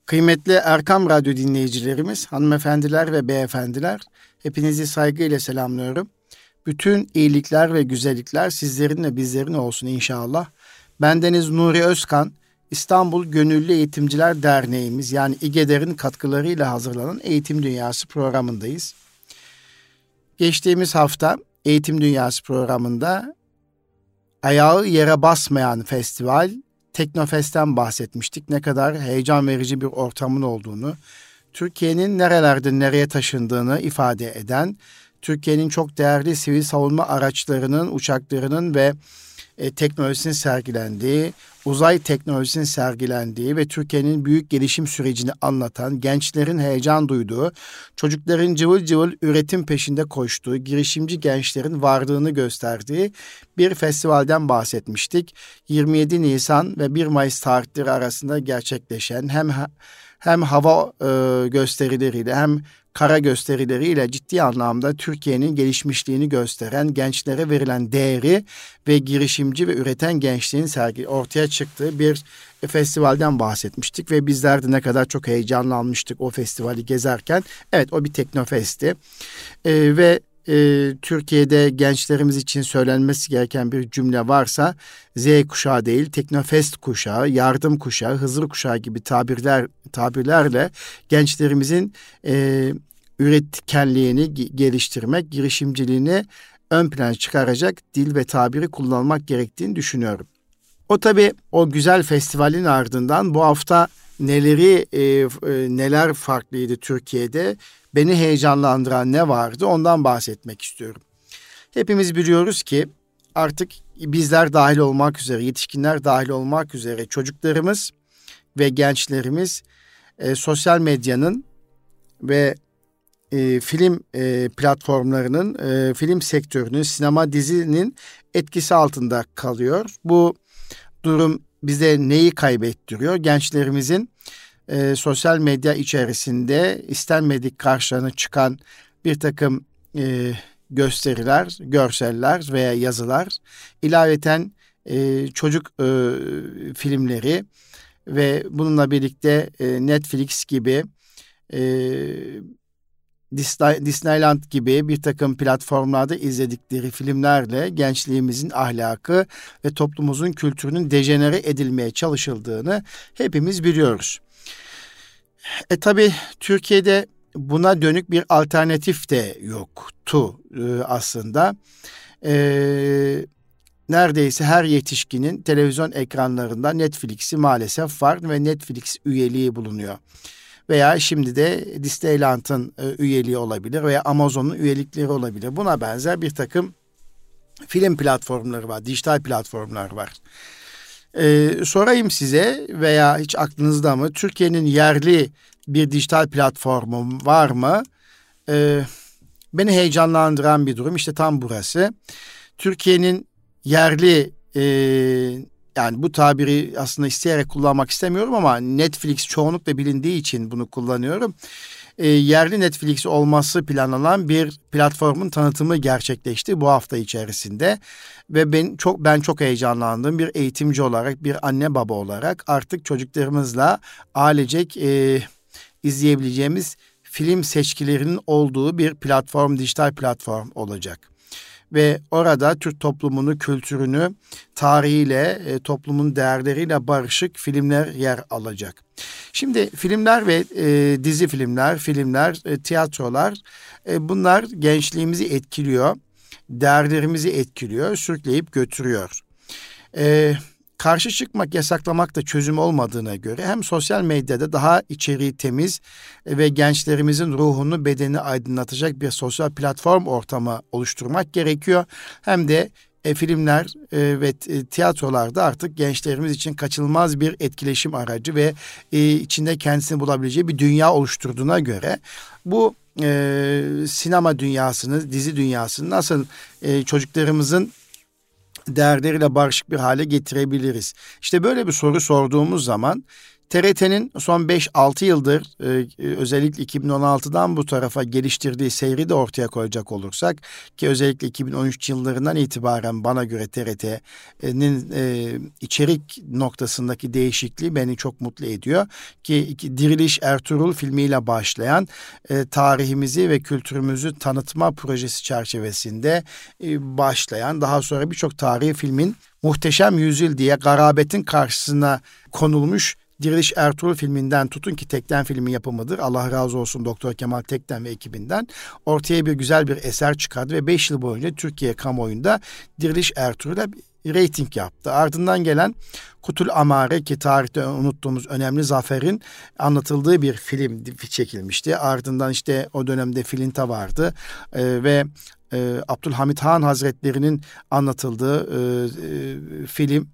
Kıymetli Erkam Radyo dinleyicilerimiz, hanımefendiler ve beyefendiler, hepinizi saygıyla selamlıyorum. Bütün iyilikler ve güzellikler sizlerin ve bizlerin olsun inşallah. Bendeniz Nuri Özkan, İstanbul Gönüllü Eğitimciler Derneğimiz yani İGEDER'in katkılarıyla hazırlanan Eğitim Dünyası programındayız. Geçtiğimiz hafta Eğitim Dünyası programında ayağı yere basmayan festival, Teknofest'ten bahsetmiştik. Ne kadar heyecan verici bir ortamın olduğunu, Türkiye'nin nerelerde nereye taşındığını ifade eden, Türkiye'nin çok değerli sivil savunma araçlarının, uçaklarının ve teknolojisinin sergilendiği, uzay teknolojisinin sergilendiği ve Türkiye'nin büyük gelişim sürecini anlatan, gençlerin heyecan duyduğu, çocukların cıvıl cıvıl üretim peşinde koştuğu, girişimci gençlerin varlığını gösterdiği bir festivalden bahsetmiştik. 27 Nisan ve 1 Mayıs tarihleri arasında gerçekleşen hem hava gösterileriyle hem kara gösterileriyle ciddi anlamda Türkiye'nin gelişmişliğini gösteren, gençlere verilen değeri ve girişimci ve üreten gençliğin ortaya çıktığı bir festivalden bahsetmiştik ve bizler de ne kadar çok heyecanlanmıştık o festivali gezerken. Evet, o bir Teknofest'ti ve Türkiye'de gençlerimiz için söylenmesi gereken bir cümle varsa Z kuşağı değil, Teknofest kuşağı, yardım kuşağı, Hızır kuşağı gibi tabirlerle gençlerimizin üretkenliğini geliştirmek, girişimciliğini ön plana çıkaracak dil ve tabiri kullanmak gerektiğini düşünüyorum. O güzel festivalin ardından bu hafta neler farklıydı Türkiye'de, beni heyecanlandıran ne vardı ondan bahsetmek istiyorum. Hepimiz biliyoruz ki artık bizler dahil olmak üzere, yetişkinler dahil olmak üzere çocuklarımız ve gençlerimiz sosyal medyanın ve film platformlarının, film sektörünün, sinema dizinin etkisi altında kalıyor. Bu durum bize neyi kaybettiriyor? Gençlerimizin sosyal medya içerisinde istenmedik karşılarına çıkan bir takım gösteriler, görseller veya yazılar, ilaveten çocuk filmleri ve bununla birlikte Netflix gibi, Disneyland gibi bir takım platformlarda izledikleri filmlerle gençliğimizin ahlakı ve toplumumuzun kültürünün dejenere edilmeye çalışıldığını hepimiz biliyoruz. Tabii Türkiye'de buna dönük bir alternatif de yoktu aslında. Neredeyse her yetişkinin televizyon ekranlarında Netflix'i maalesef var ve Netflix üyeliği bulunuyor. Veya şimdi de Disneyland'ın üyeliği olabilir veya Amazon'un üyelikleri olabilir. Buna benzer bir takım film platformları var, dijital platformlar var. Sorayım size veya hiç aklınızda mı, Türkiye'nin yerli bir dijital platformu var mı? Beni heyecanlandıran bir durum işte tam burası. Türkiye'nin yerli, yani bu tabiri aslında isteyerek kullanmak istemiyorum ama Netflix çoğunlukla bilindiği için bunu kullanıyorum. Yerli Netflix olması planlanan bir platformun tanıtımı gerçekleşti bu hafta içerisinde ve ben çok heyecanlandım. Bir eğitimci olarak, bir anne baba olarak artık çocuklarımızla ailecek izleyebileceğimiz film seçkilerinin olduğu bir platform, dijital platform olacak. Ve orada Türk toplumunu, kültürünü, tarihiyle, toplumun değerleriyle barışık filmler yer alacak. Şimdi filmler ve dizi filmler, tiyatrolar, bunlar gençliğimizi etkiliyor, değerlerimizi etkiliyor, sürükleyip götürüyor. Karşı çıkmak, yasaklamak da çözüm olmadığına göre hem sosyal medyada daha içeriği temiz ve gençlerimizin ruhunu, bedenini aydınlatacak bir sosyal platform ortamı oluşturmak gerekiyor. Hem de filmler ve tiyatrolarda artık gençlerimiz için kaçınılmaz bir etkileşim aracı ve içinde kendisini bulabileceği bir dünya oluşturduğuna göre bu sinema dünyasını, dizi dünyasını nasıl çocuklarımızın değerleriyle barışık bir hale getirebiliriz? İşte böyle bir soru sorduğumuz zaman TRT'nin son 5-6 yıldır özellikle 2016'dan bu tarafa geliştirdiği seyri de ortaya koyacak olursak ki özellikle 2013 yıllarından itibaren bana göre TRT'nin içerik noktasındaki değişikliği beni çok mutlu ediyor. Ki Diriliş Ertuğrul filmiyle başlayan tarihimizi ve kültürümüzü tanıtma projesi çerçevesinde başlayan daha sonra birçok tarihi filmin Muhteşem Yüzyıl diye garabetin karşısına konulmuş Diriliş Ertuğrul filminden tutun ki Tekden filmin yapımıdır. Allah razı olsun Doktor Kemal Tekden ve ekibinden ortaya bir güzel bir eser çıkardı ve 5 yıl boyunca Türkiye kamuoyunda Diriliş Ertuğrul'a reyting yaptı. Ardından gelen Kutul Amare ki tarihte unuttuğumuz önemli zaferin anlatıldığı bir film çekilmişti. Ardından işte o dönemde Filinta vardı ve Abdülhamit Han Hazretleri'nin anlatıldığı film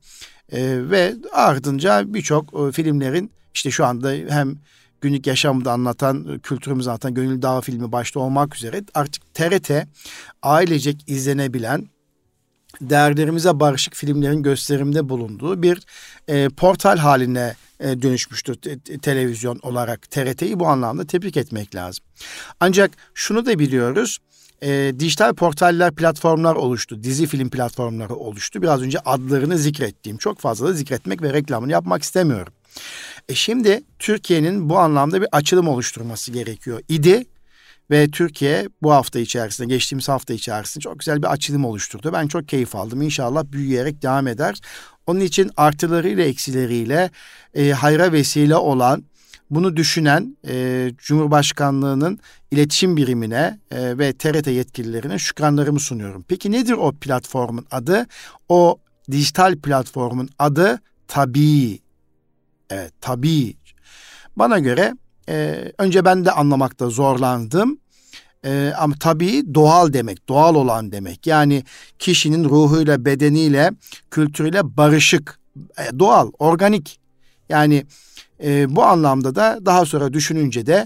ve ardınca birçok filmlerin işte şu anda hem günlük yaşamda anlatan, kültürümüzü anlatan Gönül Dağı filmi başta olmak üzere artık TRT ailecek izlenebilen, değerlerimize barışık filmlerin gösterimde bulunduğu bir portal haline dönüşmüştür televizyon olarak. TRT'yi bu anlamda tebrik etmek lazım. Ancak şunu da biliyoruz. Dijital portaller, platformlar oluştu. Dizi film platformları oluştu. Biraz önce adlarını zikrettiğim, çok fazla da zikretmek ve reklamını yapmak istemiyorum. Şimdi Türkiye'nin bu anlamda bir açılım oluşturması gerekiyor idi. Ve Türkiye bu hafta içerisinde, geçtiğimiz hafta içerisinde çok güzel bir açılım oluşturdu. Ben çok keyif aldım. İnşallah büyüyerek devam eder. Onun için artılarıyla eksileriyle hayra vesile olan, bunu düşünen Cumhurbaşkanlığı'nın iletişim birimine ve TRT yetkililerine şükranlarımı sunuyorum. Peki nedir o platformun adı? O dijital platformun adı Tabii. Evet, Tabii. Bana göre önce ben de anlamakta zorlandım. Ama tabii doğal demek, doğal olan demek. Yani kişinin ruhuyla, bedeniyle, kültürüyle barışık, doğal, organik. Yani bu anlamda da daha sonra düşününce de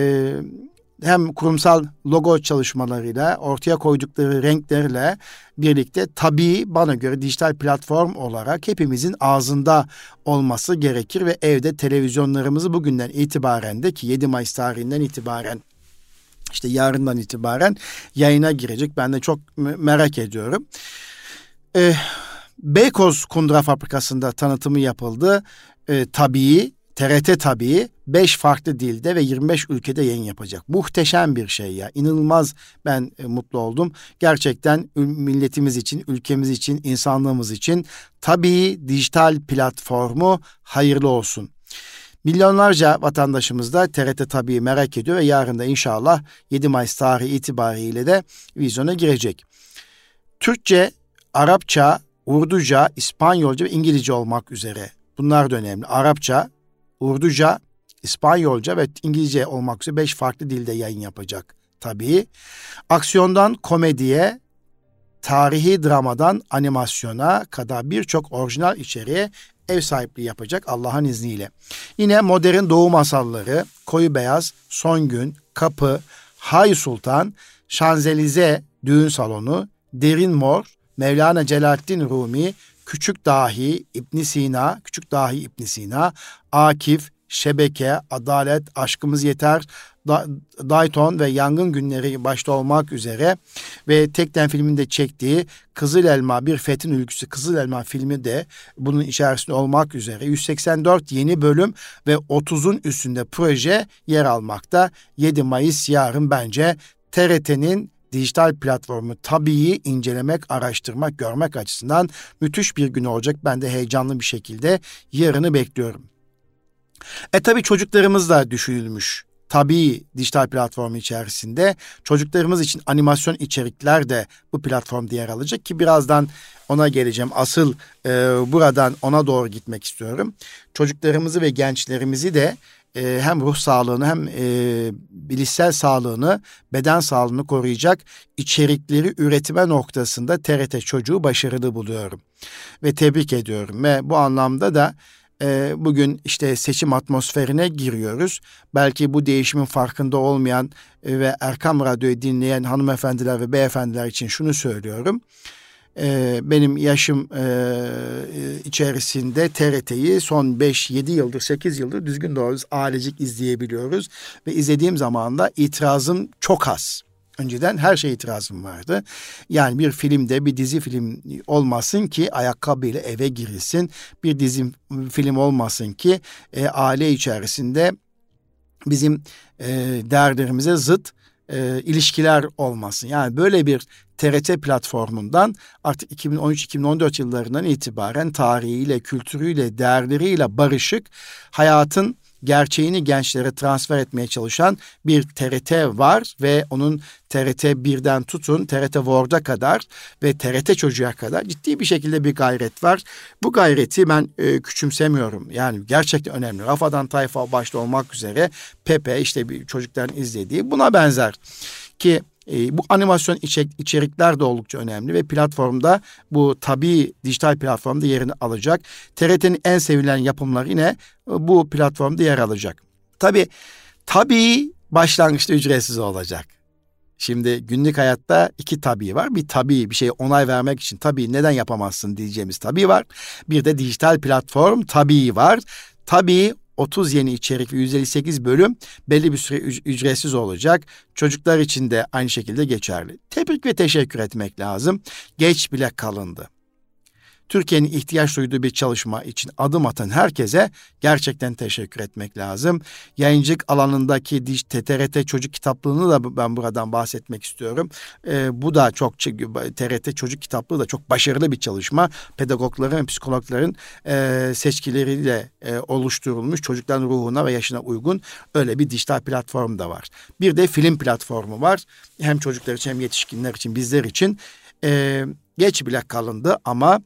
hem kurumsal logo çalışmalarıyla, ortaya koydukları renklerle birlikte tabii bana göre dijital platform olarak hepimizin ağzında olması gerekir ve evde televizyonlarımızı bugünden itibaren de ki 7 Mayıs tarihinden itibaren işte yarından itibaren yayına girecek. Ben de çok merak ediyorum. Beykoz Kundura Fabrikası'nda tanıtımı yapıldı. Tabii, TRT Tabii 5 farklı dilde ve 25 ülkede yayın yapacak. Muhteşem bir şey ya. İnanılmaz ben mutlu oldum. Gerçekten milletimiz için, ülkemiz için, insanlığımız için Tabii dijital platformu hayırlı olsun. Milyonlarca vatandaşımız da TRT Tabii merak ediyor ve yarın da inşallah 7 Mayıs tarihi itibariyle de vizyona girecek. Türkçe, Arapça, Urduca, İspanyolca ve İngilizce olmak üzere. Bunlar da önemli. Arapça, Urduca, İspanyolca ve İngilizce olmak üzere 5 farklı dilde yayın yapacak. Tabii. Aksiyondan komediye, tarihi dramadan animasyona kadar birçok orijinal içeriğe ev sahipliği yapacak Allah'ın izniyle. Yine modern doğu masalları, Koyu Beyaz, Son Gün, Kapı, Hay Sultan, Şanzelize Düğün Salonu, Derin Mor, Mevlana Celaleddin Rumi, Küçük Dahi İbn Sina, Akif, Şebeke, Adalet, Aşkımız Yeter, Dayton ve Yangın Günleri başta olmak üzere ve Tekden filminde çektiği Kızıl Elma, bir Fethin Ülküsü Kızıl Elma filmi de bunun içerisinde olmak üzere 184 yeni bölüm ve 30'un üstünde proje yer almakta. 7 Mayıs yarın bence TRT'nin dijital platformu Tabii incelemek, araştırmak, görmek açısından müthiş bir gün olacak. Ben de heyecanlı bir şekilde yarını bekliyorum. Tabii çocuklarımız da düşünülmüş. Tabii dijital platformu içerisinde çocuklarımız için animasyon içerikler de bu platformda yer alacak ki birazdan ona geleceğim. Asıl buradan ona doğru gitmek istiyorum. Çocuklarımızı ve gençlerimizi de hem ruh sağlığını hem bilişsel sağlığını, beden sağlığını koruyacak içerikleri üretime noktasında TRT Çocuğu başarılı buluyorum. Ve tebrik ediyorum ve bu anlamda da bugün işte seçim atmosferine giriyoruz. Belki bu değişimin farkında olmayan ve Erkam Radyo'yu dinleyen hanımefendiler ve beyefendiler için şunu söylüyorum. benim yaşım içerisinde TRT'yi son 5-7 yıldır, 8 yıldır düzgün doğru ailecek izleyebiliyoruz. Ve izlediğim zaman da itirazım çok az. Önceden her şeye itirazım vardı. Yani bir filmde, bir dizi film olmasın ki ayakkabıyla eve girilsin. Bir dizi film olmasın ki aile içerisinde bizim değerlerimize zıt ilişkiler olmasın. Yani böyle bir TRT platformundan artık 2013-2014 yıllarından itibaren tarihiyle, kültürüyle, değerleriyle barışık, hayatın gerçeğini gençlere transfer etmeye çalışan bir TRT var ve onun TRT 1'den tutun TRT World'a kadar ve TRT Çocuğa kadar ciddi bir şekilde bir gayret var. Bu gayreti ben küçümsemiyorum. Yani gerçekten önemli. Rafadan Tayfa başta olmak üzere Pepe, işte bir çocukların izlediği, buna benzer ki bu animasyon içerikler de oldukça önemli ve platformda, bu tabii dijital platformda yerini alacak. TRT'nin en sevilen yapımları yine bu platformda yer alacak. Tabii başlangıçta ücretsiz olacak. Şimdi günlük hayatta iki tabii var. Bir tabii, bir şeye onay vermek için tabii neden yapamazsın diyeceğimiz tabii var. Bir de dijital platform tabii var. Tabii 30 yeni içerik ve 158 bölüm belli bir süre ücretsiz olacak. Çocuklar için de aynı şekilde geçerli. Tebrik ve teşekkür etmek lazım. Geç bile kalındı. Türkiye'nin ihtiyaç duyduğu bir çalışma için adım atan herkese gerçekten teşekkür etmek lazım. Yayıncılık alanındaki TRT Çocuk Kitaplığı'nı da ben buradan bahsetmek istiyorum. Bu da çok, TRT Çocuk Kitaplığı da çok başarılı bir çalışma. Pedagogların, psikologların seçkileriyle oluşturulmuş, çocukların ruhuna ve yaşına uygun öyle bir dijital platform da var. Bir de film platformu var. Hem çocuklar için hem yetişkinler için, bizler için. Geç bile kalındı ama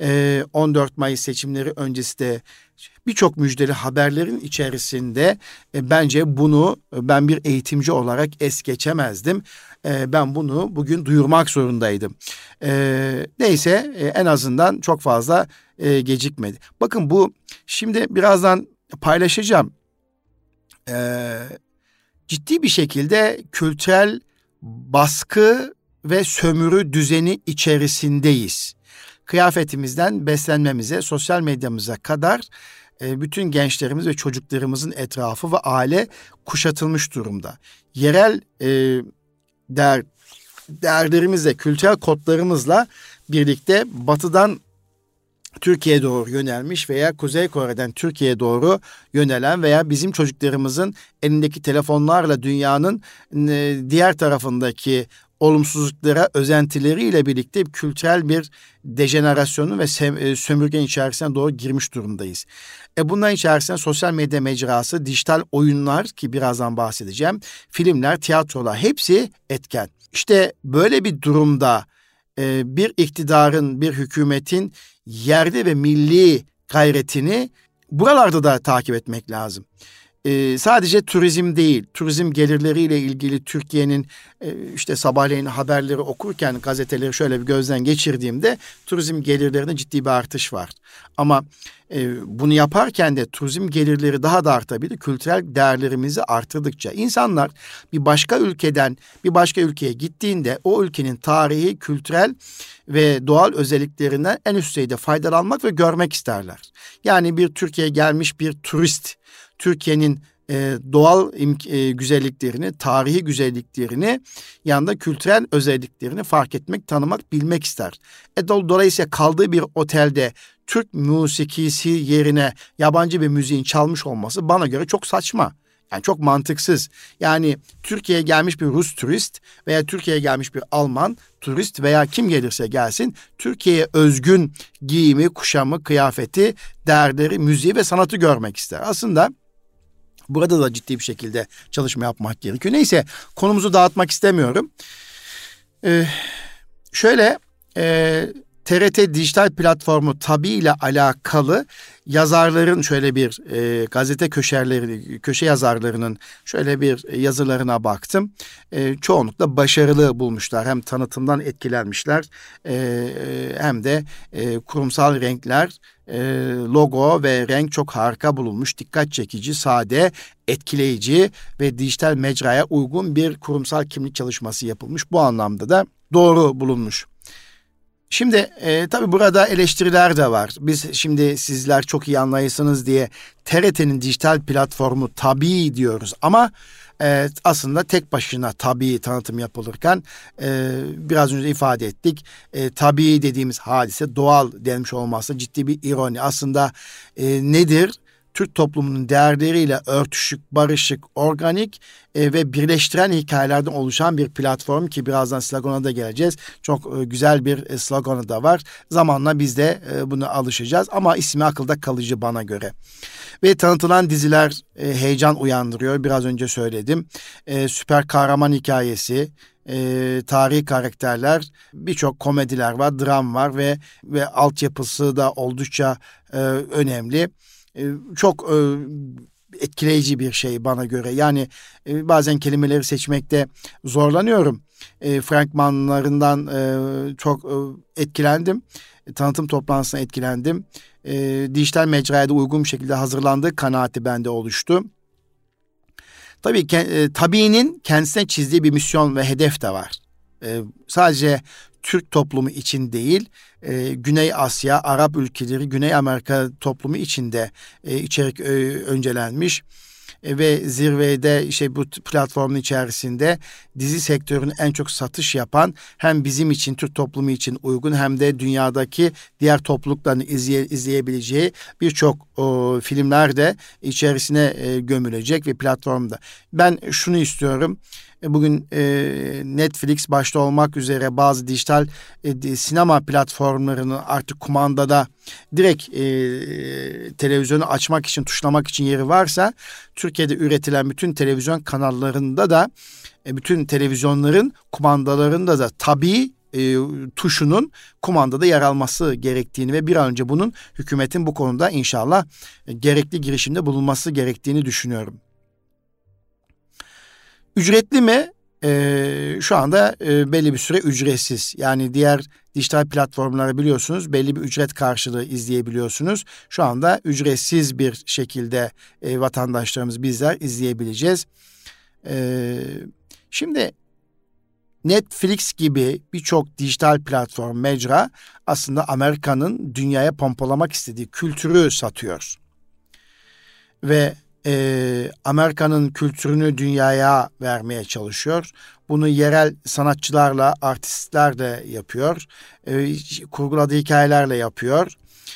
14 Mayıs seçimleri öncesi de birçok müjdeli haberlerin içerisinde bence bunu ben bir eğitimci olarak es geçemezdim. Ben bunu bugün duyurmak zorundaydım. Neyse, en azından çok fazla gecikmedi. Bakın, bu şimdi birazdan paylaşacağım. Ciddi bir şekilde kültürel baskı ve sömürü düzeni içerisindeyiz. Kıyafetimizden beslenmemize, sosyal medyamıza kadar bütün gençlerimiz ve çocuklarımızın etrafı ve aile kuşatılmış durumda. Yerel değerlerimizle, kültürel kodlarımızla birlikte batıdan Türkiye'ye doğru yönelmiş veya Kuzey Kore'den Türkiye'ye doğru yönelen veya bizim çocuklarımızın elindeki telefonlarla dünyanın diğer tarafındaki olumsuzluklara özentileriyle birlikte kültürel bir dejenerasyonu ve sömürgen içerisine doğru girmiş durumdayız. Bunların içerisinde sosyal medya mecrası, dijital oyunlar ki birazdan bahsedeceğim, filmler, tiyatrolar, hepsi etken. İşte böyle bir durumda bir iktidarın, bir hükümetin yerli ve milli gayretini buralarda da takip etmek lazım. Sadece turizm değil, turizm gelirleriyle ilgili Türkiye'nin işte sabahleyin haberleri okurken gazeteleri şöyle bir gözden geçirdiğimde turizm gelirlerinde ciddi bir artış var. Ama bunu yaparken de turizm gelirleri daha da artabilir. Kültürel değerlerimizi artırdıkça insanlar bir başka ülkeden bir başka ülkeye gittiğinde o ülkenin tarihi, kültürel ve doğal özelliklerinden en üst düzeyde faydalanmak ve görmek isterler. Yani bir Türkiye'ye gelmiş bir turist Türkiye'nin doğal güzelliklerini, tarihi güzelliklerini, yanında kültürel özelliklerini fark etmek, tanımak, bilmek ister. Dolayısıyla kaldığı bir otelde Türk musikisi yerine yabancı bir müziğin çalmış olması bana göre çok saçma. Yani çok mantıksız. Yani Türkiye'ye gelmiş bir Rus turist veya Türkiye'ye gelmiş bir Alman turist veya kim gelirse gelsin Türkiye'ye özgün giyimi, kuşamı, kıyafeti, değerleri, müziği ve sanatı görmek ister. Aslında burada da ciddi bir şekilde çalışma yapmak gerekiyor. Neyse, konumuzu dağıtmak istemiyorum. TRT dijital platformu tabii ile alakalı yazarların şöyle bir gazete köşe yazarlarının şöyle bir yazılarına baktım. Çoğunlukla başarılı bulmuşlar. Hem tanıtımdan etkilenmişler hem de kurumsal renkler, logo ve renk çok harika bulunmuş. Dikkat çekici, sade, etkileyici ve dijital mecraya uygun bir kurumsal kimlik çalışması yapılmış. Bu anlamda da doğru bulunmuş. Şimdi tabii burada eleştiriler de var. Biz şimdi sizler çok iyi anlayasınız diye TRT'nin dijital platformu tabii diyoruz ama aslında tek başına tabii tanıtım yapılırken biraz önce ifade ettik. Tabii dediğimiz hadise doğal denmiş olması ciddi bir ironi. Aslında nedir? Türk toplumunun değerleriyle örtüşük, barışık, organik ve birleştiren hikayelerden oluşan bir platform ki birazdan slogana da geleceğiz. Çok güzel bir sloganı da var. Zamanla biz de buna alışacağız ama ismi akılda kalıcı bana göre. Ve tanıtılan diziler heyecan uyandırıyor. Biraz önce söyledim. Süper kahraman hikayesi, tarihi karakterler, birçok komediler var, dram var ve altyapısı da oldukça önemli. Çok etkileyici bir şey bana göre. Yani bazen kelimeleri seçmekte zorlanıyorum. Fragmanlarından çok etkilendim. Tanıtım toplantısına etkilendim. Dijital mecraya da uygun bir şekilde hazırlandığı kanaati bende oluştu. Tabii tabiinin kendisine çizdiği bir misyon ve hedef de var. Sadece Türk toplumu için değil, Güney Asya, Arap ülkeleri, Güney Amerika toplumu için de içerik öncelenmiş. Ve zirvede bu platformun içerisinde dizi sektörünün en çok satış yapan hem bizim için Türk toplumu için uygun hem de dünyadaki diğer toplulukların izleyebileceği birçok filmler de içerisine gömülecek ve platformda. Ben şunu istiyorum. Bugün Netflix başta olmak üzere bazı dijital sinema platformlarının artık kumandada direkt televizyonu açmak için, tuşlamak için yeri varsa Türkiye'de üretilen bütün televizyon kanallarında da bütün televizyonların kumandalarında da tabii tuşunun kumandada yer alması gerektiğini ve bir an önce bunun hükümetin bu konuda inşallah gerekli girişimde bulunması gerektiğini düşünüyorum. Ücretli mi? Şu anda belli bir süre ücretsiz. Yani diğer dijital platformları biliyorsunuz belli bir ücret karşılığı izleyebiliyorsunuz. Şu anda ücretsiz bir şekilde vatandaşlarımız bizler izleyebileceğiz. Şimdi Netflix gibi birçok dijital platform, mecra aslında Amerika'nın dünyaya pompalamak istediği kültürü satıyor. Ve Amerika'nın kültürünü dünyaya vermeye çalışıyor. Bunu yerel sanatçılarla, artistlerle yapıyor. Kurguladığı hikayelerle yapıyor.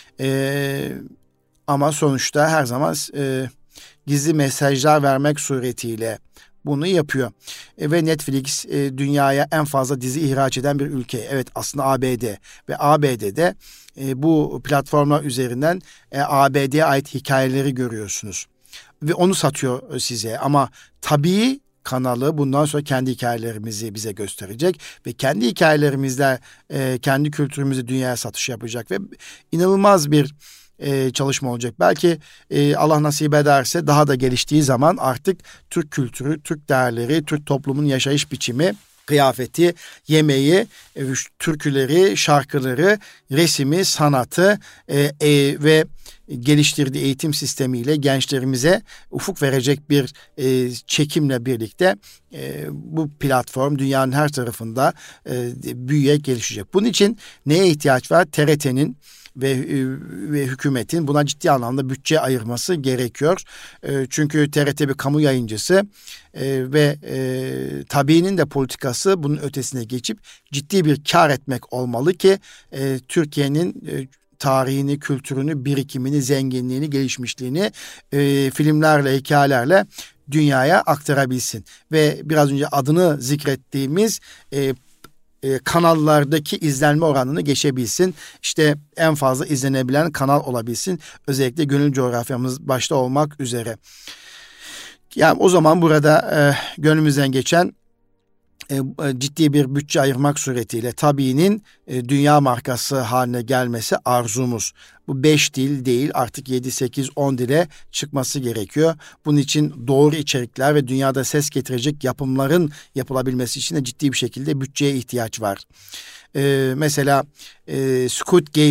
Ama sonuçta her zaman gizli mesajlar vermek suretiyle bunu yapıyor. Ve Netflix dünyaya en fazla dizi ihraç eden bir ülke. Evet aslında ABD ve ABD'de bu platformlar üzerinden ABD'ye ait hikayeleri görüyorsunuz. Ve onu satıyor size ama tabii kanalı bundan sonra kendi hikayelerimizi bize gösterecek ve kendi hikayelerimizle kendi kültürümüzü dünyaya satış yapacak ve inanılmaz bir çalışma olacak. Belki Allah nasip ederse daha da geliştiği zaman artık Türk kültürü, Türk değerleri, Türk toplumun yaşayış biçimi, kıyafeti, yemeği, türküleri, şarkıları, resimi, sanatı ve geliştirdiği eğitim sistemiyle gençlerimize ufuk verecek bir çekimle birlikte bu platform dünyanın her tarafında büyüyerek gelişecek. Bunun için neye ihtiyaç var? TRT'nin ve hükümetin buna ciddi anlamda bütçe ayırması gerekiyor. Çünkü TRT bir kamu yayıncısı ve tabiinin de politikası bunun ötesine geçip ciddi bir kar etmek olmalı ki Türkiye'nin tarihini, kültürünü, birikimini, zenginliğini, gelişmişliğini filmlerle, hikayelerle dünyaya aktarabilsin. Ve biraz önce adını zikrettiğimiz kanallardaki izlenme oranını geçebilsin. İşte en fazla izlenebilen kanal olabilsin. Özellikle gönül coğrafyamız başta olmak üzere. Yani o zaman burada gönlümüzden geçen ciddi bir bütçe ayırmak suretiyle tabiinin dünya markası haline gelmesi arzumuz. Bu 5 dil değil artık 7, 8, 10 dile çıkması gerekiyor. Bunun için doğru içerikler ve dünyada ses getirecek yapımların yapılabilmesi için de ciddi bir şekilde bütçeye ihtiyaç var. Mesela Squid Game'in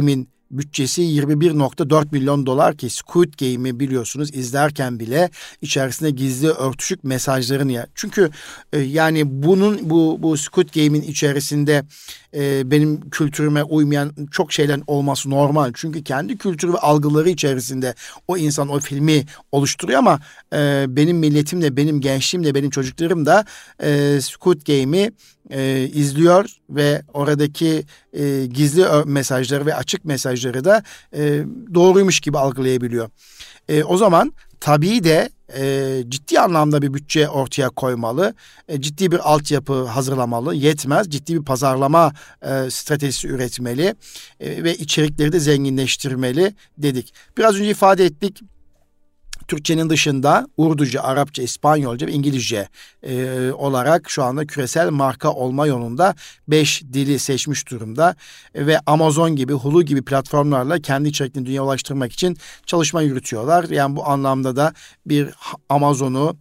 bütçesi 21,4 milyon dolar ki Squid Game'i biliyorsunuz izlerken bile içerisinde gizli örtüşük mesajların ya. Çünkü yani bu Squid Game'in içerisinde benim kültürüme uymayan çok şeyler olması normal. Çünkü kendi kültürü ve algıları içerisinde o insan o filmi oluşturuyor ama benim milletim de, benim gençliğim de, benim çocuklarım da Squid Game'i izliyor ve oradaki gizli mesajları ve açık mesajları da doğruymuş gibi algılayabiliyor. O zaman tabii de ciddi anlamda bir bütçe ortaya koymalı, ciddi bir altyapı hazırlamalı, yetmez, ciddi bir pazarlama stratejisi üretmeli ve içerikleri de zenginleştirmeli dedik. Biraz önce ifade ettik. Türkçenin dışında Urduca, Arapça, İspanyolca ve İngilizce olarak şu anda küresel marka olma yolunda 5 dili seçmiş durumda. Ve Amazon gibi, Hulu gibi platformlarla kendi içeriklerini dünyaya ulaştırmak için çalışma yürütüyorlar. Yani bu anlamda da bir Amazon'u,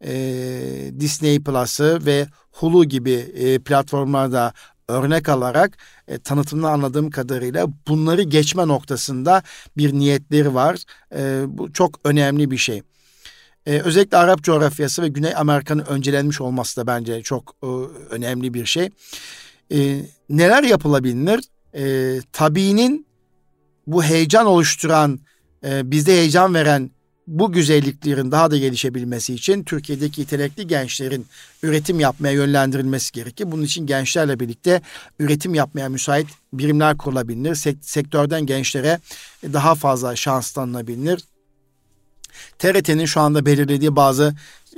Disney Plus'ı ve Hulu gibi platformlarda örnek alarak tanıtımını anladığım kadarıyla bunları geçme noktasında bir niyetleri var. Bu çok önemli bir şey. Özellikle Arap coğrafyası ve Güney Amerika'nın öncelenmiş olması da bence çok önemli bir şey. Neler yapılabilir? Tabiinin bu heyecan oluşturan, bizde heyecan veren bu güzelliklerin daha da gelişebilmesi için Türkiye'deki yetenekli gençlerin üretim yapmaya yönlendirilmesi gerekir. Bunun için gençlerle birlikte üretim yapmaya müsait birimler kurulabilir. Sektörden gençlere daha fazla şans tanınabilir. TRT'nin şu anda belirlediği bazı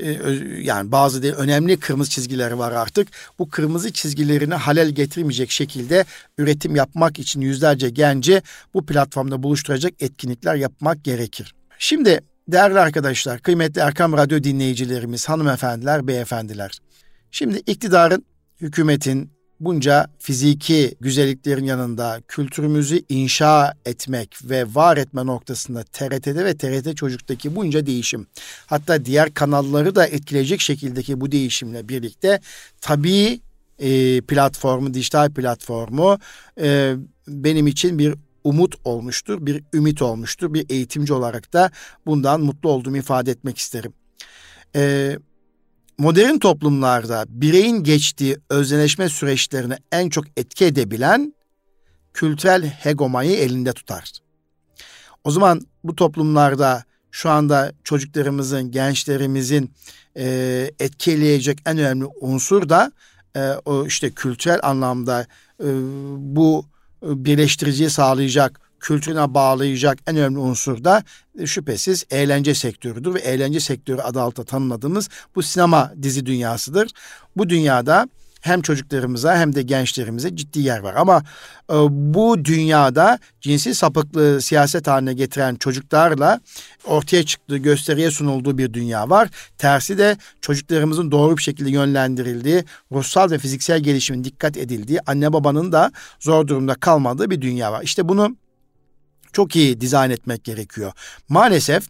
değil, önemli kırmızı çizgileri var artık. Bu kırmızı çizgilerini halel getirmeyecek şekilde üretim yapmak için yüzlerce genci bu platformda buluşturacak etkinlikler yapmak gerekir. Şimdi değerli arkadaşlar, kıymetli Erkam Radyo dinleyicilerimiz, hanımefendiler, beyefendiler. Şimdi iktidarın, hükümetin bunca fiziki güzelliklerin yanında kültürümüzü inşa etmek ve var etme noktasında TRT'de ve TRT Çocuk'taki bunca değişim, hatta diğer kanalları da etkileyecek şekildeki bu değişimle birlikte tabii platformu, dijital platformu benim için bir umut olmuştur, bir ümit olmuştur. Bir eğitimci olarak da bundan mutlu olduğumu ifade etmek isterim. Modern toplumlarda bireyin geçtiği özneleşme süreçlerine en çok etki edebilen kültürel hegemonyayı elinde tutar. O zaman bu toplumlarda şu anda çocuklarımızın, gençlerimizin etkileyecek en önemli unsur da o işte kültürel anlamda bu birleştiriciyi sağlayacak, kültürüne bağlayacak en önemli unsur da şüphesiz eğlence sektörüdür ve eğlence sektörü adı altında tanımladığımız bu sinema dizi dünyasıdır. Bu dünyada hem çocuklarımıza hem de gençlerimize ciddi yer var. Ama bu dünyada cinsi sapıklığı siyaset haline getiren çocuklarla ortaya çıktığı, gösteriye sunulduğu bir dünya var. Tersi de çocuklarımızın doğru bir şekilde yönlendirildiği, ruhsal ve fiziksel gelişimin dikkat edildiği, anne babanın da zor durumda kalmadığı bir dünya var. İşte bunu çok iyi dizayn etmek gerekiyor. Maalesef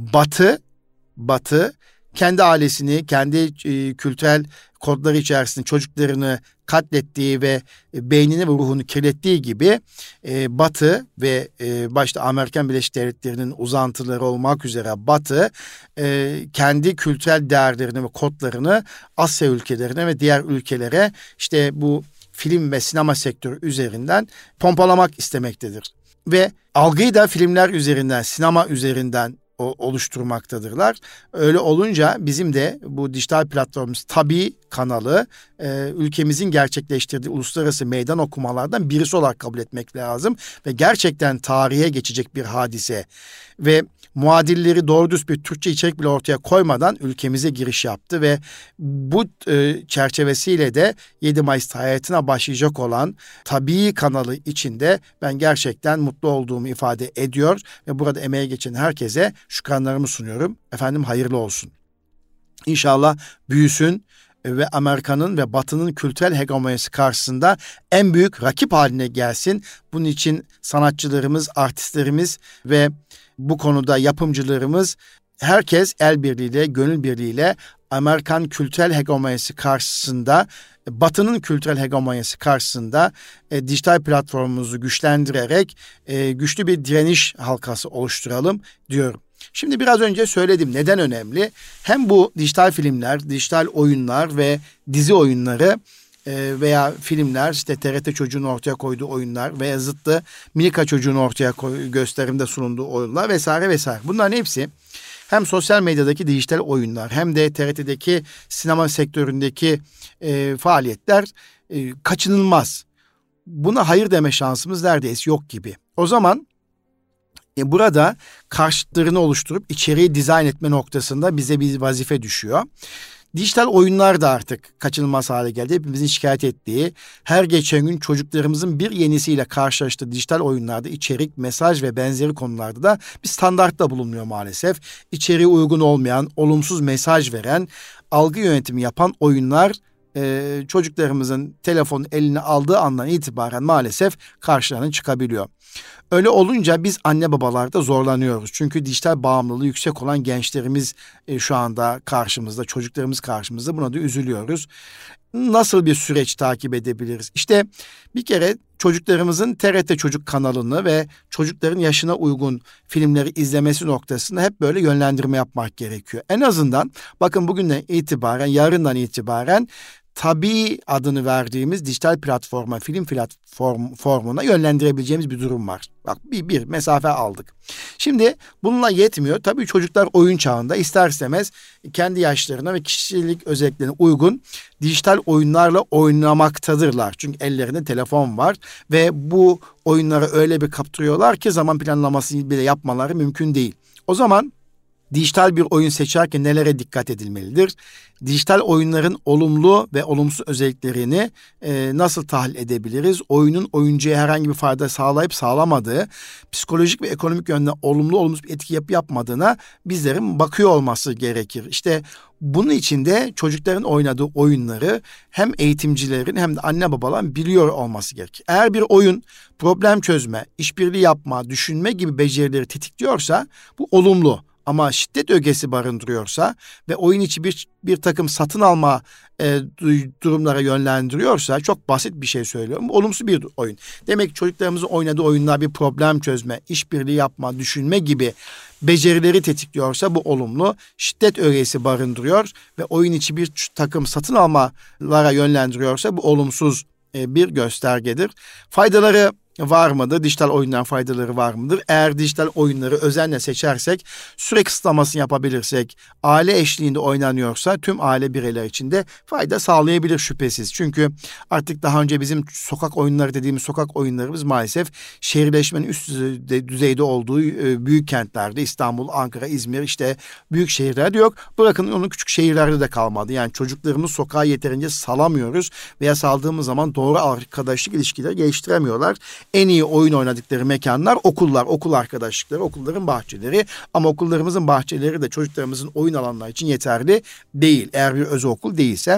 Batı kendi ailesini, kendi kültürel kodları içerisinde çocuklarını katlettiği ve beynini ve ruhunu kirlettiği gibi Batı ve başta Amerikan Birleşik Devletleri'nin uzantıları olmak üzere Batı kendi kültürel değerlerini ve kodlarını Asya ülkelerine ve diğer ülkelere işte bu film ve sinema sektörü üzerinden pompalamak istemektedir. Ve algıyı da filmler üzerinden, sinema üzerinden oluşturmaktadırlar. Öyle olunca bizim de bu dijital platformumuz Tabii kanalı ülkemizin gerçekleştirdiği uluslararası meydan okumalardan birisi olarak kabul etmek lazım. Ve gerçekten tarihe geçecek bir hadise ve muadilleri doğru düz bir Türkçe içerik bile ortaya koymadan ülkemize giriş yaptı ve bu çerçevesiyle de 7 Mayıs'ta hayatına başlayacak olan Tabii kanalı içinde ben gerçekten mutlu olduğumu ifade ediyor ve burada emeğe geçen herkese şükranlarımı sunuyorum. Efendim hayırlı olsun. İnşallah büyüsün ve Amerika'nın ve Batı'nın kültürel hegemonyası karşısında en büyük rakip haline gelsin. Bunun için sanatçılarımız, artistlerimiz ve bu konuda yapımcılarımız herkes el birliğiyle, gönül birliğiyle Amerikan kültürel hegemonyası karşısında, Batı'nın kültürel hegemonyası karşısında dijital platformumuzu güçlendirerek güçlü bir direniş halkası oluşturalım diyorum. Şimdi biraz önce söyledim neden önemli. Hem bu dijital filmler, dijital oyunlar ve dizi oyunları veya filmler, işte TRT Çocuğu'nun ortaya koyduğu oyunlar veya zıttı Milka Çocuğu'nun ortaya gösterimde sunulduğu oyunlar vesaire vesaire. Bunların hepsi hem sosyal medyadaki dijital oyunlar hem de TRT'deki sinema sektöründeki faaliyetler kaçınılmaz. Buna hayır deme şansımız neredeyse yok gibi. O zaman burada karşıtlarını oluşturup içeriği dizayn etme noktasında bize bir vazife düşüyor. Dijital oyunlar da artık kaçınılmaz hale geldi. Hepimizin şikayet ettiği, her geçen gün çocuklarımızın bir yenisiyle karşılaştığı dijital oyunlarda içerik, mesaj ve benzeri konularda da bir standart da bulunmuyor maalesef. İçeriği uygun olmayan, olumsuz mesaj veren, algı yönetimi yapan oyunlar çocuklarımızın telefonu eline aldığı andan itibaren maalesef karşılarına çıkabiliyor. Öyle olunca biz anne babalarda zorlanıyoruz. Çünkü dijital bağımlılığı yüksek olan gençlerimiz şu anda karşımızda, çocuklarımız karşımızda. Buna da üzülüyoruz. Nasıl bir süreç takip edebiliriz? İşte bir kere çocuklarımızın TRT Çocuk kanalını ve çocukların yaşına uygun filmleri izlemesi noktasında hep böyle yönlendirme yapmak gerekiyor. En azından bakın bugünden itibaren, yarından itibaren Tabii adını verdiğimiz dijital platforma, film platformuna yönlendirebileceğimiz bir durum var. Bak bir mesafe aldık. Şimdi bununla yetmiyor. Tabii çocuklar oyun çağında ister istemez kendi yaşlarına ve kişilik özelliklerine uygun dijital oyunlarla oynamaktadırlar. Çünkü ellerinde telefon var ve bu oyunları öyle bir kaptırıyorlar ki zaman planlamasını bile yapmaları mümkün değil. O zaman dijital bir oyun seçerken nelere dikkat edilmelidir? Dijital oyunların olumlu ve olumsuz özelliklerini nasıl tahlil edebiliriz? Oyunun oyuncuya herhangi bir fayda sağlayıp sağlamadığı, psikolojik ve ekonomik yönden olumlu olumsuz bir etki yapmadığına bizlerin bakıyor olması gerekir. İşte bunun için de çocukların oynadığı oyunları hem eğitimcilerin hem de anne babaların biliyor olması gerekir. Eğer bir oyun problem çözme, işbirliği yapma, düşünme gibi becerileri tetikliyorsa bu olumlu. Ama şiddet ögesi barındırıyorsa ve oyun içi bir takım satın alma durumlara yönlendiriyorsa, çok basit bir şey söylüyorum, olumsuz bir oyun. Demek ki çocuklarımızın oynadığı oyunlar bir problem çözme, işbirliği yapma, düşünme gibi becerileri tetikliyorsa bu olumlu. Şiddet ögesi barındırıyor ve oyun içi bir takım satın almalara yönlendiriyorsa bu olumsuz bir göstergedir. Faydaları var mıdır? Dijital oyundan faydaları var mıdır? Eğer dijital oyunları özenle seçersek, süre kısıtlamasını yapabilirsek, aile eşliğinde oynanıyorsa tüm aile bireyler için de fayda sağlayabilir şüphesiz. Çünkü artık daha önce bizim sokak oyunları dediğimiz sokak oyunlarımız maalesef şehirleşmenin üst düzeyde olduğu büyük kentlerde, İstanbul, Ankara, İzmir, işte büyük şehirlerde yok. Bırakın onu küçük şehirlerde de kalmadı. Yani çocuklarımız sokağa yeterince salamıyoruz veya saldığımız zaman doğru arkadaşlık ilişkileri geliştiremiyorlar. En iyi oyun oynadıkları mekanlar okullar, okul arkadaşlıkları, okulların bahçeleri. Ama okullarımızın bahçeleri de çocuklarımızın oyun alanları için yeterli değil. Eğer bir özel okul değilse,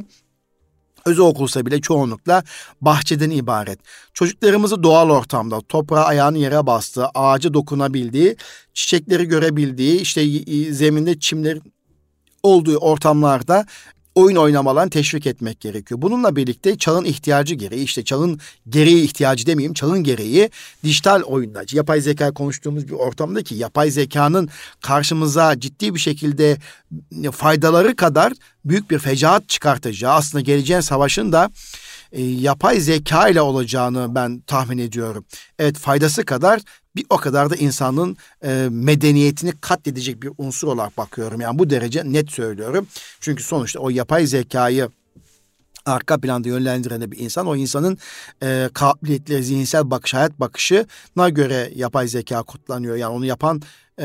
özel okulsa bile çoğunlukla bahçeden ibaret. Çocuklarımızı doğal ortamda, toprağa ayağını yere bastığı, ağaca dokunabildiği, çiçekleri görebildiği, işte zeminde çimlerin olduğu ortamlarda oyun oynamalarını teşvik etmek gerekiyor. Bununla birlikte çağın ihtiyacı gereği, işte çağın gereği ihtiyacı demeyeyim, çağın gereği dijital oyunlar. Yapay zeka konuştuğumuz bir ortamda ki yapay zekanın karşımıza ciddi bir şekilde faydaları kadar büyük bir fecaat çıkartacağı, aslında geleceğin savaşın da yapay zeka ile olacağını ben tahmin ediyorum. Evet, faydası kadar bir o kadar da insanın medeniyetini katledecek bir unsur olarak bakıyorum. Yani bu derece net söylüyorum. Çünkü sonuçta o yapay zekayı arka planda yönlendiren bir insan, o insanın kabiliyetleri, zihinsel bakış, hayat bakışına göre yapay zeka kodlanıyor. Yani onu yapan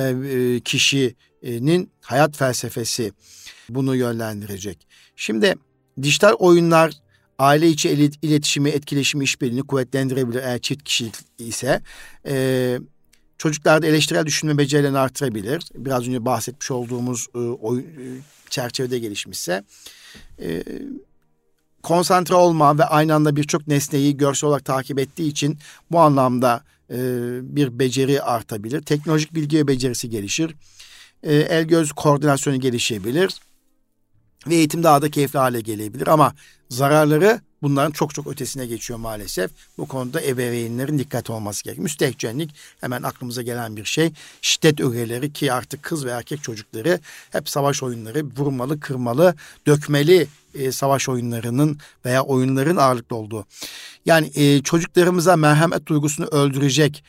kişinin hayat felsefesi bunu yönlendirecek. Şimdi dijital oyunlar aile içi iletişimi, etkileşimi, işbirliğini kuvvetlendirebilir eğer çift kişilik ise. Çocuklarda eleştirel düşünme becerilerini artırabilir. Biraz önce bahsetmiş olduğumuz oyun çerçevede gelişmişse. Konsantre olma ve aynı anda birçok nesneyi görsel olarak takip ettiği için bu anlamda bir beceri artabilir. Teknolojik bilgi ve becerisi gelişir. el göz koordinasyonu gelişebilir ve eğitim daha da keyifli hale gelebilir ama zararları bunların çok çok ötesine geçiyor maalesef. Bu konuda ebeveynlerin dikkat olması gerekiyor. Müstehcenlik hemen aklımıza gelen bir şey. Şiddet ögeleri ki artık kız ve erkek çocukları hep savaş oyunları, vurmalı, kırmalı, dökmeli savaş oyunlarının veya oyunların ağırlıklı olduğu. Yani çocuklarımıza merhamet duygusunu öldürecek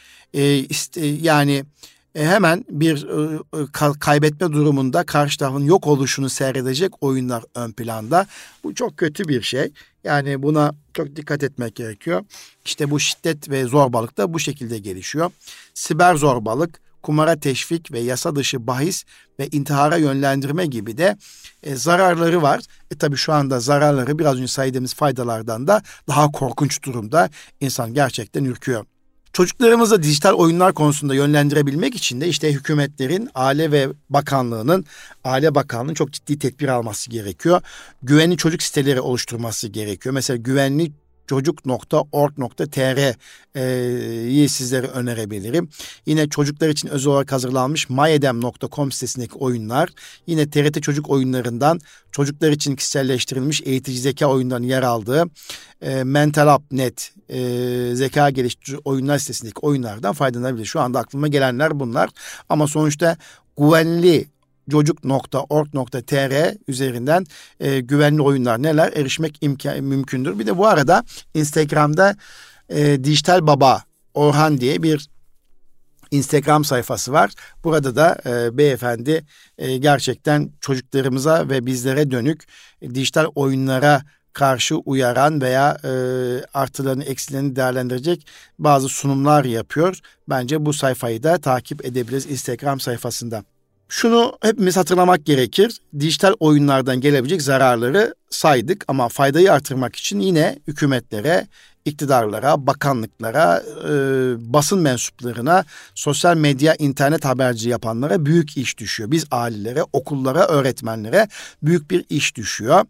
hemen bir kaybetme durumunda karşı tarafın yok oluşunu seyredecek oyunlar ön planda. Bu çok kötü bir şey. Yani buna çok dikkat etmek gerekiyor. İşte bu şiddet ve zorbalık da bu şekilde gelişiyor. Siber zorbalık, kumara teşvik ve yasa dışı bahis ve intihara yönlendirme gibi de zararları var. Tabii şu anda zararları biraz önce saydığımız faydalardan da daha korkunç durumda. İnsan gerçekten ürküyor. Çocuklarımızı dijital oyunlar konusunda yönlendirebilmek için de işte hükümetlerin, Aile Bakanlığı'nın çok ciddi tedbir alması gerekiyor. Güvenli çocuk siteleri oluşturması gerekiyor. Mesela güvenlicocuk.org.tr'yi sizlere önerebilirim. Yine çocuklar için özel olarak hazırlanmış myedem.com sitesindeki oyunlar, yine TRT Çocuk oyunlarından çocuklar için kişiselleştirilmiş eğitici zeka oyunlarının yer aldığı Mental.net zeka geliştirici oyunlar sitesindeki oyunlardan faydalanabilir. Şu anda aklıma gelenler bunlar ama sonuçta güvenlicocuk.org.tr üzerinden güvenli oyunlar neler erişmek mümkündür. Bir de bu arada Instagram'da Dijital Baba Orhan diye bir Instagram sayfası var. Burada da beyefendi gerçekten çocuklarımıza ve bizlere dönük dijital oyunlara karşı uyaran veya artılarını eksilerini değerlendirecek bazı sunumlar yapıyor. Bence bu sayfayı da takip edebiliriz Instagram sayfasında. Şunu hepimiz hatırlamak gerekir. Dijital oyunlardan gelebilecek zararları saydık ama faydayı artırmak için yine hükümetlere, iktidarlara, bakanlıklara, basın mensuplarına, sosyal medya, internet haberci yapanlara büyük iş düşüyor. Biz ailelere, okullara, öğretmenlere büyük bir iş düşüyor.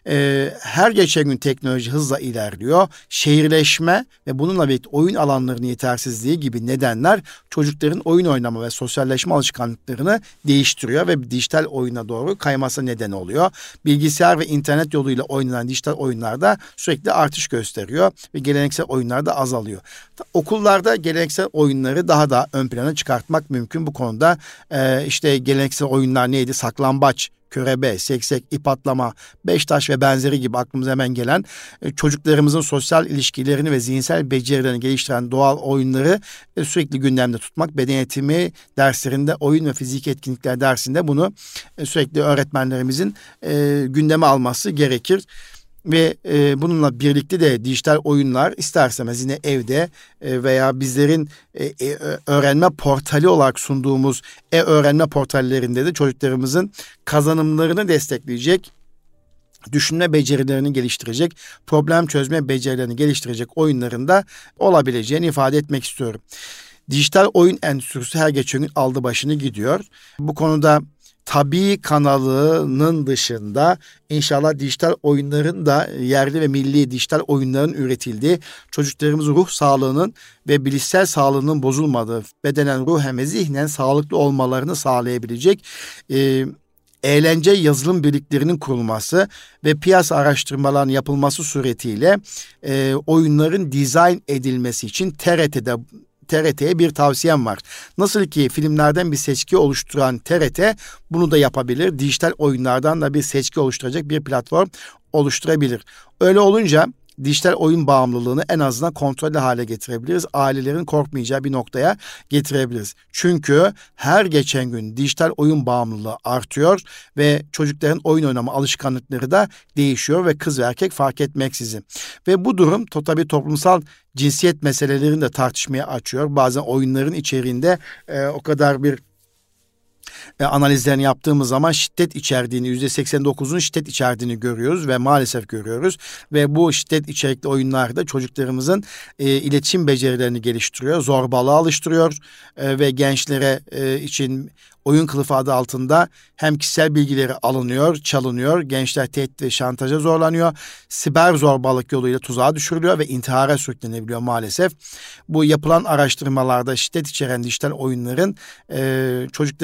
Her geçen gün teknoloji hızla ilerliyor. Şehirleşme ve bununla birlikte oyun alanlarının yetersizliği gibi nedenler çocukların oyun oynama ve sosyalleşme alışkanlıklarını değiştiriyor ve dijital oyuna doğru kayması neden oluyor. Bilgisayar ve internet yoluyla oynanan dijital oyunlarda sürekli artış gösteriyor ve geleneksel oyunlar da azalıyor. Okullarda geleneksel oyunları daha da ön plana çıkartmak mümkün. Bu konuda işte geleneksel oyunlar neydi? Saklambaç, körebe, seksek, ip atlama, beş taş ve benzeri gibi aklımıza hemen gelen çocuklarımızın sosyal ilişkilerini ve zihinsel becerilerini geliştiren doğal oyunları sürekli gündemde tutmak. Beden eğitimi derslerinde, oyun ve fizik etkinlikler dersinde bunu sürekli öğretmenlerimizin gündeme alması gerekir. Ve bununla birlikte de dijital oyunlar isterseniz yine evde veya bizlerin öğrenme portali olarak sunduğumuz öğrenme portallerinde de çocuklarımızın kazanımlarını destekleyecek, düşünme becerilerini geliştirecek, problem çözme becerilerini geliştirecek oyunlarında olabileceğini ifade etmek istiyorum. Dijital oyun endüstrisi her geçen gün aldı başını gidiyor. Bu konuda tabii kanalının dışında inşallah dijital oyunların da yerli ve milli dijital oyunların üretildiği, çocuklarımızın ruh sağlığının ve bilişsel sağlığının bozulmadığı, bedenen, ruhen ve zihnen sağlıklı olmalarını sağlayabilecek eğlence yazılım birliklerinin kurulması ve piyasa araştırmalarının yapılması suretiyle oyunların dizayn edilmesi için TRT'ye bir tavsiyem var. Nasıl ki filmlerden bir seçki oluşturan TRT bunu da yapabilir. Dijital oyunlardan da bir seçki oluşturacak bir platform oluşturabilir. Öyle olunca dijital oyun bağımlılığını en azından kontrollü hale getirebiliriz. Ailelerin korkmayacağı bir noktaya getirebiliriz. Çünkü her geçen gün dijital oyun bağımlılığı artıyor ve çocukların oyun oynama alışkanlıkları da değişiyor ve kız ve erkek fark etmeksizin. Ve bu durum tabii toplumsal cinsiyet meselelerini de tartışmaya açıyor. Bazen oyunların içeriğinde o kadar bir analizlerini yaptığımız zaman şiddet içerdiğini, %89'un şiddet içerdiğini görüyoruz ve maalesef görüyoruz. Ve bu şiddet içerikli oyunlarda çocuklarımızın iletişim becerilerini geliştiriyor, zorbalığa alıştırıyor ve gençlere için oyun kılıfı adı altında hem kişisel bilgileri alınıyor, çalınıyor, gençler tehdit ve şantaja zorlanıyor, siber zorbalık yoluyla tuzağa düşürülüyor ve intihara sürüklenebiliyor maalesef. Bu yapılan araştırmalarda şiddet içeren dijital oyunların çocuklarımızda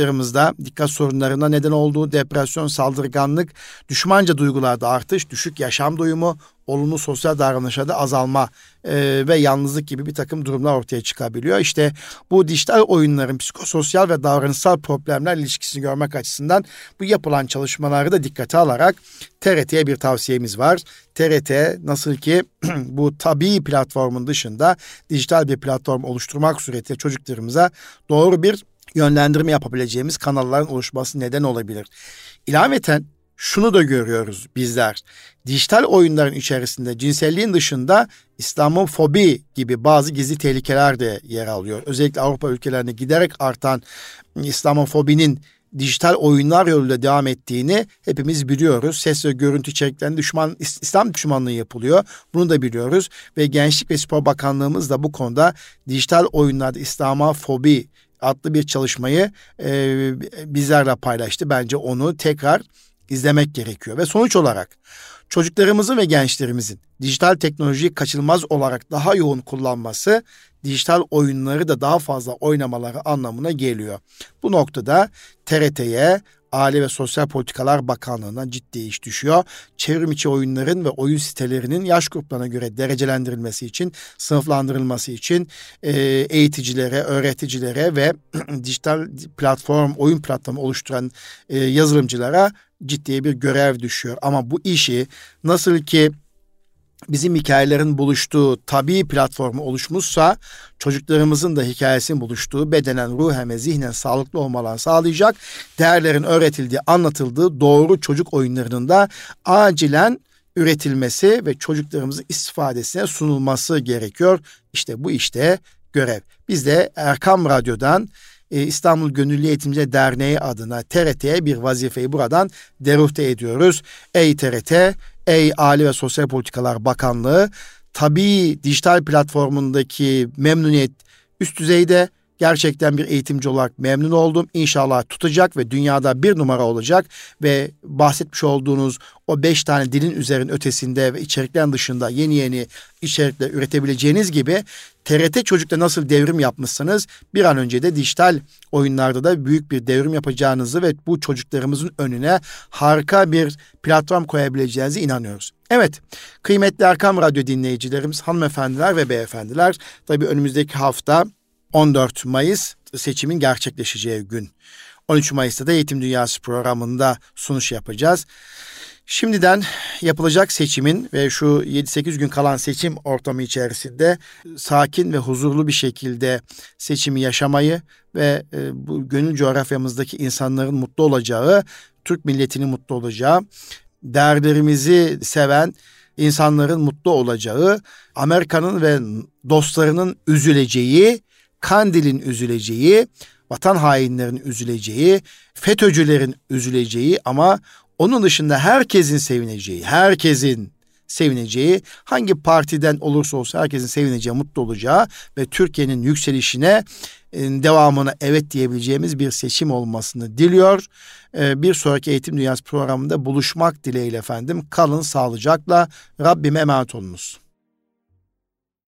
da dikkat sorunlarına neden olduğu depresyon, saldırganlık, düşmanca duygularda artış, düşük yaşam doyumu, olumlu sosyal davranışlarda azalma ve yalnızlık gibi bir takım durumlar ortaya çıkabiliyor. İşte bu dijital oyunların psikososyal ve davranışsal problemler ilişkisini görmek açısından bu yapılan çalışmaları da dikkate alarak TRT'ye bir tavsiyemiz var. TRT nasıl ki bu tabii platformun dışında dijital bir platform oluşturmak suretiyle çocuklarımıza doğru bir yönlendirme yapabileceğimiz kanalların oluşması neden olabilir. İlaveten şunu da görüyoruz bizler. Dijital oyunların içerisinde cinselliğin dışında İslamofobi gibi bazı gizli tehlikeler de yer alıyor. Özellikle Avrupa ülkelerinde giderek artan İslamofobinin dijital oyunlar yoluyla devam ettiğini hepimiz biliyoruz. Ses ve görüntü içeriklerinde İslam düşmanlığı yapılıyor. Bunu da biliyoruz ve Gençlik ve Spor Bakanlığımız da bu konuda dijital oyunlarda İslamofobi adlı bir çalışmayı bizlerle paylaştı. Bence onu tekrar izlemek gerekiyor ve sonuç olarak çocuklarımızın ve gençlerimizin dijital teknolojiyi kaçınılmaz olarak daha yoğun kullanması, dijital oyunları da daha fazla oynamaları anlamına geliyor. Bu noktada TRT'ye, Aile ve Sosyal Politikalar Bakanlığı'na ciddi iş düşüyor. Çevrim içi oyunların ve oyun sitelerinin yaş gruplarına göre derecelendirilmesi için, sınıflandırılması için eğiticilere, öğreticilere ve dijital oyun platformu oluşturan yazılımcılara ciddi bir görev düşüyor. Ama bu işi nasıl ki bizim hikayelerin buluştuğu tabii platformu oluşmuşsa çocuklarımızın da hikayesinin buluştuğu bedenen, ruhen ve zihnen sağlıklı olmalarını sağlayacak, değerlerin öğretildiği, anlatıldığı doğru çocuk oyunlarının da acilen üretilmesi ve çocuklarımızın istifadesine sunulması gerekiyor. İşte bu işte görev. Biz de Erkam Radyo'dan İstanbul Gönüllü Eğitimciler Derneği adına TRT'ye bir vazifeyi buradan deruhte ediyoruz. Ey TRT, ey Aile ve Sosyal Politikalar Bakanlığı, tabii dijital platformundaki memnuniyet üst düzeyde. Gerçekten bir eğitimci olarak memnun oldum. İnşallah tutacak ve dünyada bir numara olacak ve bahsetmiş olduğunuz o 5 tane dilin üzerinin ötesinde ve içeriklerin dışında yeni içerikler üretebileceğiniz gibi TRT Çocuk'ta nasıl devrim yapmışsınız, bir an önce de dijital oyunlarda da büyük bir devrim yapacağınızı ve bu çocuklarımızın önüne harika bir platform koyabileceğinize inanıyoruz. Evet, kıymetli Erkam Radyo dinleyicilerimiz, hanımefendiler ve beyefendiler, tabii önümüzdeki hafta 14 Mayıs seçimin gerçekleşeceği gün. 13 Mayıs'ta da Eğitim Dünyası programında sunuş yapacağız. Şimdiden yapılacak seçimin ve şu 7-8 gün kalan seçim ortamı içerisinde sakin ve huzurlu bir şekilde seçimi yaşamayı ve bu gönül coğrafyamızdaki insanların mutlu olacağı, Türk milletinin mutlu olacağı, değerlerimizi seven insanların mutlu olacağı, Amerika'nın ve dostlarının üzüleceği, Kandil'in üzüleceği, vatan hainlerinin üzüleceği, FETÖ'cülerin üzüleceği ama onun dışında herkesin sevineceği, hangi partiden olursa olsun herkesin sevineceği, mutlu olacağı ve Türkiye'nin yükselişine, devamına evet diyebileceğimiz bir seçim olmasını diliyor. Bir sonraki Eğitim Dünyası programında buluşmak dileğiyle efendim. Kalın sağlıcakla. Rabbime emanet olunuz.